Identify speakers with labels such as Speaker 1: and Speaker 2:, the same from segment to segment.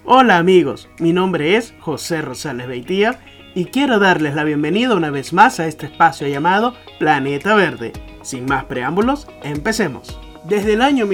Speaker 1: Hola amigos, mi nombre es José Rosales Beitía y quiero darles la bienvenida una vez más a este espacio llamado Planeta Verde. Sin más preámbulos, empecemos. Desde el año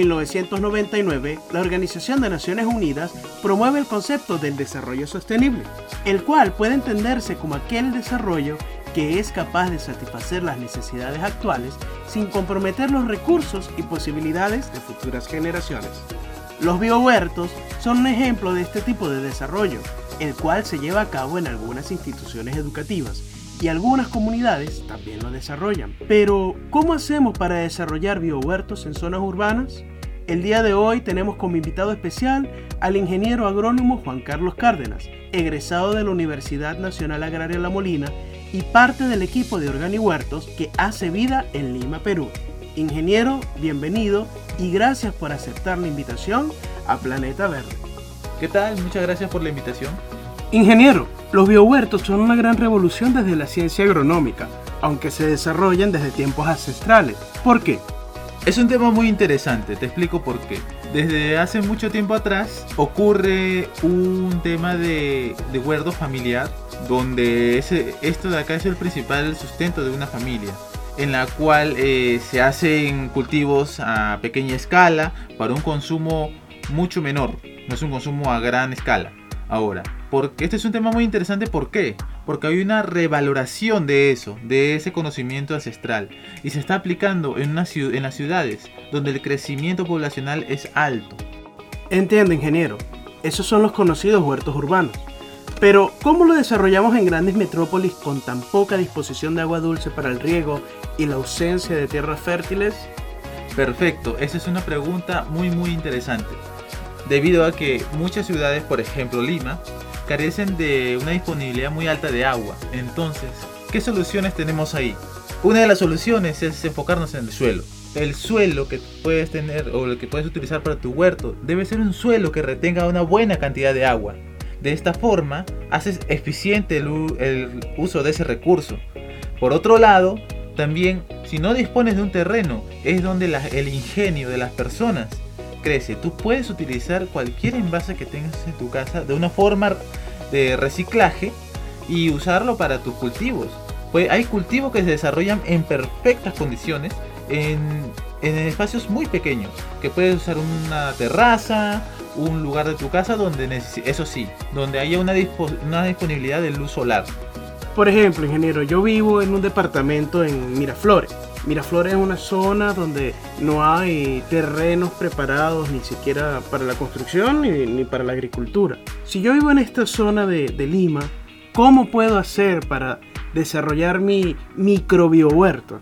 Speaker 1: 1999, la Organización de Naciones Unidas promueve el concepto del desarrollo sostenible, el cual puede entenderse como aquel desarrollo que es capaz de satisfacer las necesidades actuales sin comprometer los recursos y posibilidades de futuras generaciones. Los biohuertos son un ejemplo de este tipo de desarrollo, el cual se lleva a cabo en algunas instituciones educativas y algunas comunidades también lo desarrollan. Pero, ¿cómo hacemos para desarrollar biohuertos en zonas urbanas? El día de hoy tenemos como invitado especial al ingeniero agrónomo Juan Carlos Cárdenas, egresado de la Universidad Nacional Agraria La Molina y parte del equipo de Organihuertos que hace vida en Lima, Perú. Ingeniero, bienvenido y gracias por aceptar la invitación a Planeta Verde.
Speaker 2: ¿Qué tal? Muchas gracias por la invitación.
Speaker 1: Ingeniero, los biohuertos son una gran revolución desde la ciencia agronómica, aunque se desarrollan desde tiempos ancestrales. ¿Por qué?
Speaker 2: Es un tema muy interesante, te explico por qué. Desde hace mucho tiempo atrás ocurre un tema de huerto familiar, donde esto de acá es el principal sustento de una familia, en la cual se hacen cultivos a pequeña escala para un consumo mucho menor, no es un consumo a gran escala. Ahora, porque este es un tema muy interesante, ¿por qué? Porque hay una revaloración de ese conocimiento ancestral y se está aplicando en las ciudades donde el crecimiento poblacional es alto.
Speaker 1: Entiendo, ingeniero, esos son los conocidos huertos urbanos. Pero, ¿cómo lo desarrollamos en grandes metrópolis con tan poca disposición de agua dulce para el riego y la ausencia de tierras fértiles?
Speaker 2: Perfecto, esa es una pregunta muy interesante. Debido a que muchas ciudades, por ejemplo Lima, carecen de una disponibilidad muy alta de agua. Entonces, ¿qué soluciones tenemos ahí? Una de las soluciones es enfocarnos en el suelo. El suelo que puedes tener o el que puedes utilizar para tu huerto debe ser un suelo que retenga una buena cantidad de agua. De esta forma, haces eficiente el uso de ese recurso. Por otro lado, también, si no dispones de un terreno, es donde el ingenio de las personas crece. Tú puedes utilizar cualquier envase que tengas en tu casa de una forma de reciclaje y usarlo para tus cultivos. Pues hay cultivos que se desarrollan en perfectas condiciones en espacios muy pequeños, que puedes usar una terraza, un lugar de tu casa donde eso sí, donde haya una disponibilidad de luz solar.
Speaker 1: Por ejemplo, ingeniero, yo vivo en un departamento en Miraflores. Miraflores es una zona donde no hay terrenos preparados ni siquiera para la construcción ni para la agricultura. Si yo vivo en esta zona de Lima, ¿cómo puedo hacer para desarrollar mi microbiohuerto?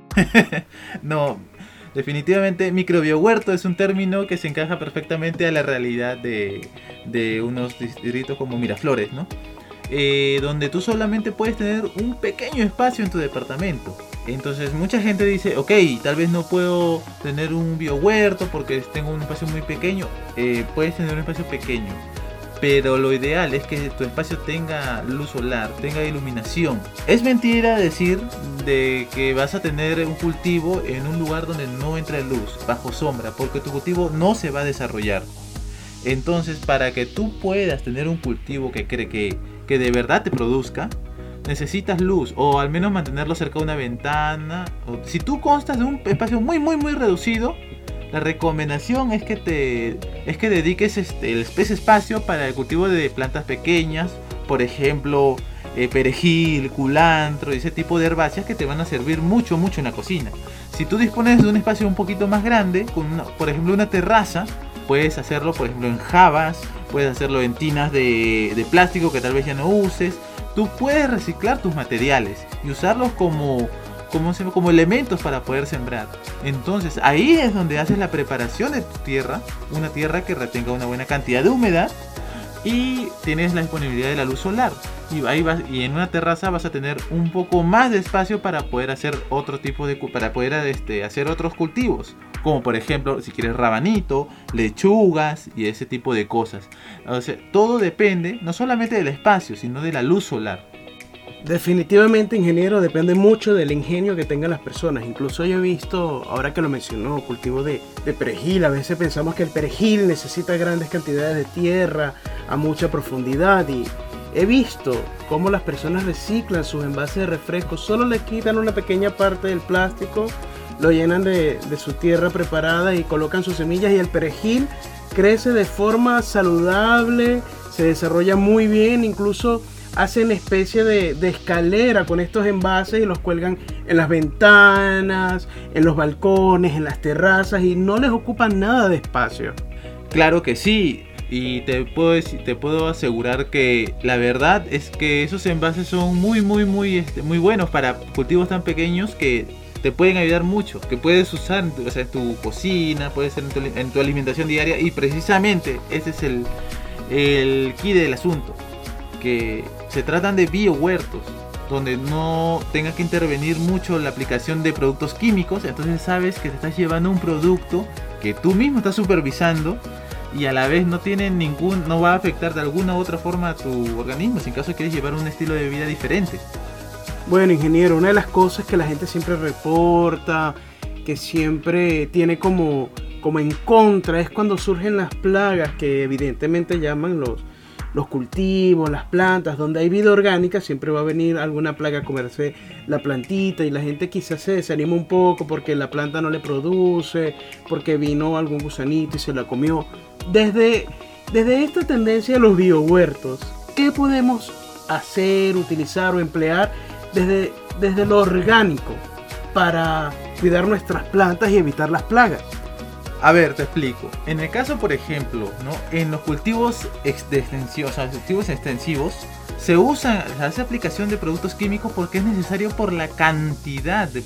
Speaker 2: No, definitivamente microbiohuerto es un término que se encaja perfectamente a la realidad de unos distritos como Miraflores, ¿no? Donde tú solamente puedes tener un pequeño espacio en tu departamento. Entonces mucha gente dice, ok, tal vez no puedo tener un biohuerto porque tengo un espacio muy pequeño. Puedes tener un espacio pequeño, pero lo ideal es que tu espacio tenga luz solar, tenga iluminación. Es mentira decir de que vas a tener un cultivo en un lugar donde no entra luz, bajo sombra, porque tu cultivo no se va a desarrollar. Entonces, para que tú puedas tener un cultivo que de verdad te produzca, necesitas luz, o al menos mantenerlo cerca de una ventana. O si tú constas de un espacio muy reducido, la recomendación es que dediques ese espacio para el cultivo de plantas pequeñas, por ejemplo perejil, culantro y ese tipo de herbáceas que te van a servir mucho en la cocina. Si tú dispones de un espacio un poquito más grande, por ejemplo una terraza, puedes hacerlo por ejemplo en jabas, puedes hacerlo en tinas de plástico que tal vez ya no uses. Tú puedes reciclar tus materiales y usarlos como elementos para poder sembrar. Entonces ahí es donde haces la preparación de tu tierra, una tierra que retenga una buena cantidad de humedad y tienes la disponibilidad de la luz solar. Y en una terraza vas a tener un poco más de espacio para poder hacer hacer otros cultivos, como por ejemplo si quieres rabanito, lechugas y ese tipo de cosas. O sea, todo depende no solamente del espacio, sino de la luz solar.
Speaker 1: Definitivamente, ingeniero, depende mucho del ingenio que tengan las personas. Incluso yo he visto, ahora que lo mencionó, cultivo de perejil. A veces pensamos que el perejil necesita grandes cantidades de tierra a mucha profundidad y he visto cómo las personas reciclan sus envases de refresco, solo le quitan una pequeña parte del plástico, lo llenan de su tierra preparada y colocan sus semillas y el perejil crece de forma saludable, se desarrolla muy bien, incluso hacen especie de escalera con estos envases y los cuelgan en las ventanas, en los balcones, en las terrazas y no les ocupan nada de espacio.
Speaker 2: Claro que sí, y te puedo asegurar que la verdad es que esos envases son muy buenos para cultivos tan pequeños que te pueden ayudar mucho, que puedes usar en tu cocina, puede ser en tu alimentación diaria, y precisamente ese es el key del asunto, que se tratan de biohuertos donde no tenga que intervenir mucho la aplicación de productos químicos. Entonces sabes que te estás llevando un producto que tú mismo estás supervisando y a la vez no va a afectar de alguna u otra forma a tu organismo si en caso quieres llevar un estilo de vida diferente.
Speaker 1: Bueno, ingeniero, una de las cosas que la gente siempre reporta, que siempre tiene como en contra, es cuando surgen las plagas que evidentemente llaman los cultivos, las plantas. Donde hay vida orgánica siempre va a venir alguna plaga a comerse la plantita y la gente quizás se desanima un poco porque la planta no le produce, porque vino algún gusanito y se la comió. Desde esta tendencia de los biohuertos, ¿qué podemos hacer, utilizar o emplear desde lo orgánico para cuidar nuestras plantas y evitar las plagas?
Speaker 2: A ver, te explico. En el caso, por ejemplo, ¿no? En los cultivos extensivos, se hace aplicación de productos químicos porque es necesario por la cantidad de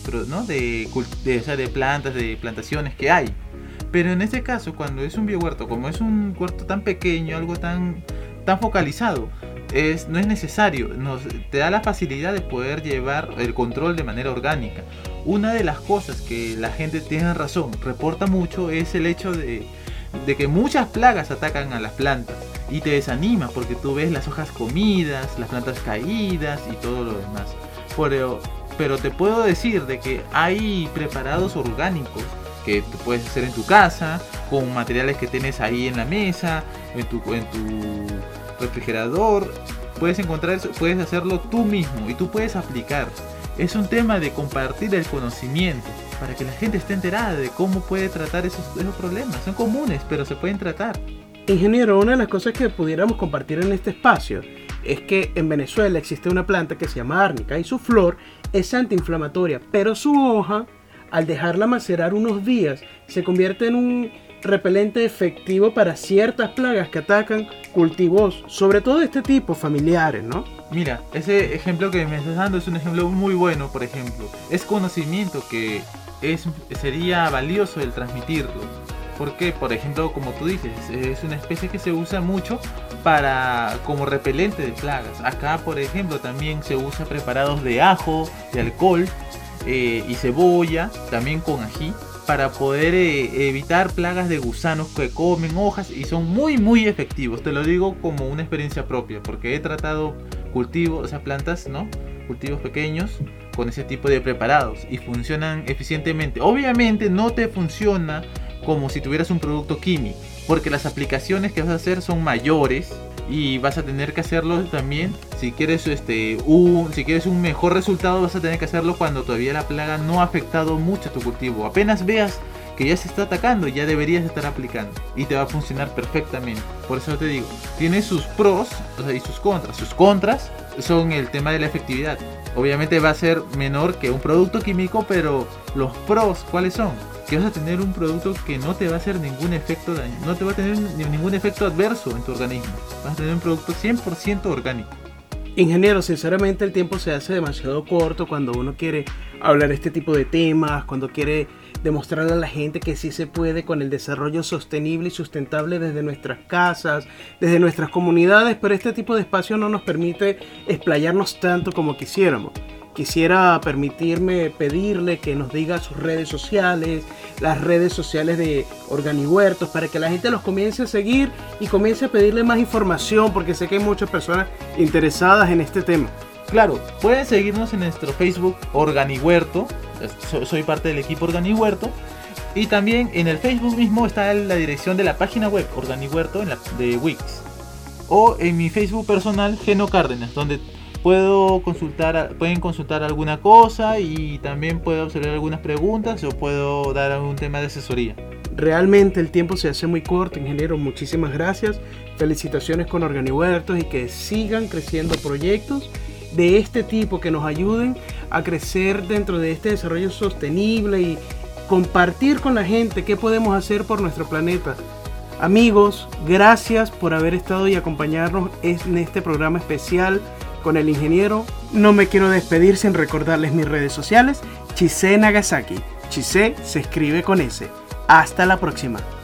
Speaker 2: plantas, de plantaciones que hay. Pero en este caso, cuando es un biohuerto, como es un huerto tan pequeño, algo tan focalizado, no es necesario, te da la facilidad de poder llevar el control de manera orgánica. Una de las cosas que la gente tiene razón, reporta mucho, es el hecho de que muchas plagas atacan a las plantas y te desanima porque tú ves las hojas comidas, las plantas caídas y todo lo demás. Pero te puedo decir de que hay preparados orgánicos que tú puedes hacer en tu casa con materiales que tienes ahí en la mesa, en tu refrigerador. Puedes hacerlo tú mismo y tú puedes aplicar. Es un tema de compartir el conocimiento para que la gente esté enterada de cómo puede tratar esos problemas. Son comunes, pero se pueden tratar.
Speaker 1: Ingeniero, una de las cosas que pudiéramos compartir en este espacio es que en Venezuela existe una planta que se llama árnica y su flor es antiinflamatoria, pero su hoja, al dejarla macerar unos días, se convierte en un repelente efectivo para ciertas plagas que atacan cultivos, sobre todo de este tipo, familiares, ¿no?
Speaker 2: Mira, ese ejemplo que me estás dando es un ejemplo muy bueno, por ejemplo. Es conocimiento que sería valioso el transmitirlo. Porque, por ejemplo, como tú dices, es una especie que se usa mucho como repelente de plagas. Acá, por ejemplo, también se usa preparados de ajo, de alcohol y cebolla, también con ají, para poder evitar plagas de gusanos que comen hojas y son muy efectivos. Te lo digo como una experiencia propia, porque he tratado plantas, ¿no? Cultivos pequeños con ese tipo de preparados y funcionan eficientemente. Obviamente no te funciona como si tuvieras un producto químico, porque las aplicaciones que vas a hacer son mayores y vas a tener que hacerlo también. Si quieres un mejor resultado, vas a tener que hacerlo cuando todavía la plaga no ha afectado mucho a tu cultivo. Apenas veas que ya se está atacando, ya deberías estar aplicando y te va a funcionar perfectamente. Por eso te digo, tiene sus pros, y sus contras. Sus contras son el tema de la efectividad. Obviamente va a ser menor que un producto químico, pero los pros, ¿cuáles son? Que vas a tener un producto que no te va a hacer ningún efecto daño, no te va a tener ningún efecto adverso en tu organismo. Vas a tener un producto 100% orgánico.
Speaker 1: Ingeniero, sinceramente el tiempo se hace demasiado corto cuando uno quiere hablar este tipo de temas, cuando quiere demostrarle a la gente que sí se puede con el desarrollo sostenible y sustentable desde nuestras casas, desde nuestras comunidades, pero este tipo de espacio no nos permite explayarnos tanto como quisiéramos. Quisiera pedirle que nos diga sus redes sociales, las redes sociales de Organihuertos, para que la gente los comience a seguir y comience a pedirle más información, porque sé que hay muchas personas interesadas en este tema.
Speaker 2: Claro, pueden seguirnos en nuestro Facebook Organihuerto, soy parte del equipo Organihuerto, y también en el Facebook mismo está la dirección de la página web Organihuerto de Wix. o en mi Facebook personal, Geno Cárdenas, donde pueden consultar alguna cosa y también puedo observar algunas preguntas o puedo dar algún tema de asesoría.
Speaker 1: Realmente el tiempo se hace muy corto, ingeniero. Muchísimas gracias. Felicitaciones con Organihuertos y que sigan creciendo proyectos de este tipo que nos ayuden a crecer dentro de este desarrollo sostenible y compartir con la gente qué podemos hacer por nuestro planeta. Amigos, gracias por haber estado y acompañarnos en este programa especial con el ingeniero. No me quiero despedir sin recordarles mis redes sociales. Chise Nagasaki. Chise se escribe con S. Hasta la próxima.